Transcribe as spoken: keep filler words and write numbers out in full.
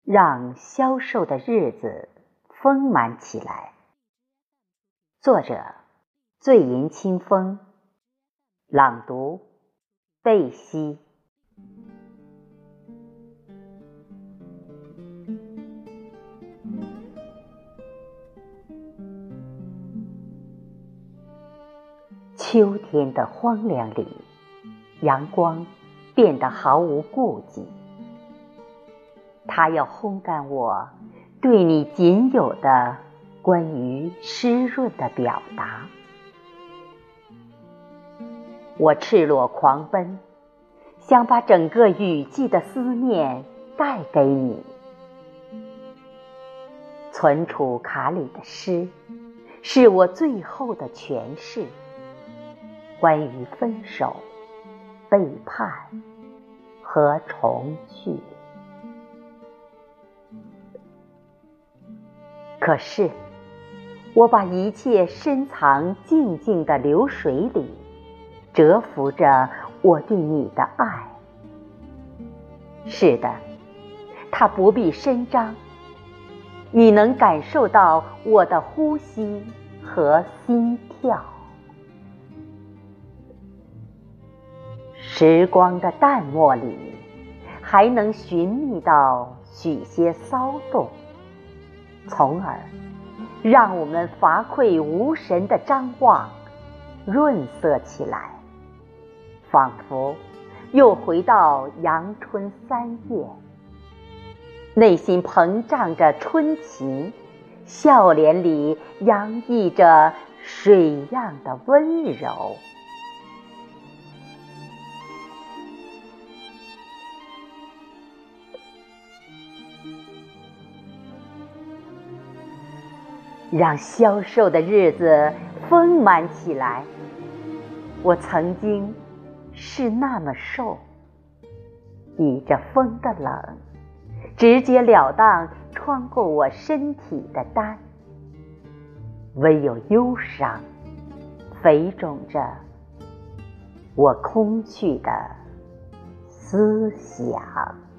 让消瘦的日子丰满起来。作者：醉吟清风，朗读：贝西。秋天的荒凉里，阳光变得毫无顾忌，它要烘干我对你仅有的关于湿润的表达。我赤裸狂奔，想把整个雨季的思念带给你。存储卡里的诗，是我最后的诠释，关于分手、背叛和重聚。可是，我把一切深藏静静的流水里，蛰伏着我对你的爱。是的，它不必伸张，你能感受到我的呼吸和心跳。时光的淡漠里，还能寻觅到许些骚动，从而让我们乏愧无神的张望润色起来，仿佛又回到阳春三月，内心膨胀着春情，笑脸里洋溢着水样的温柔。让消瘦的日子丰满起来。我曾经是那么瘦，倚着风的冷，直截了当穿过我身体的单，唯有忧伤肥肿着我空虚的思想。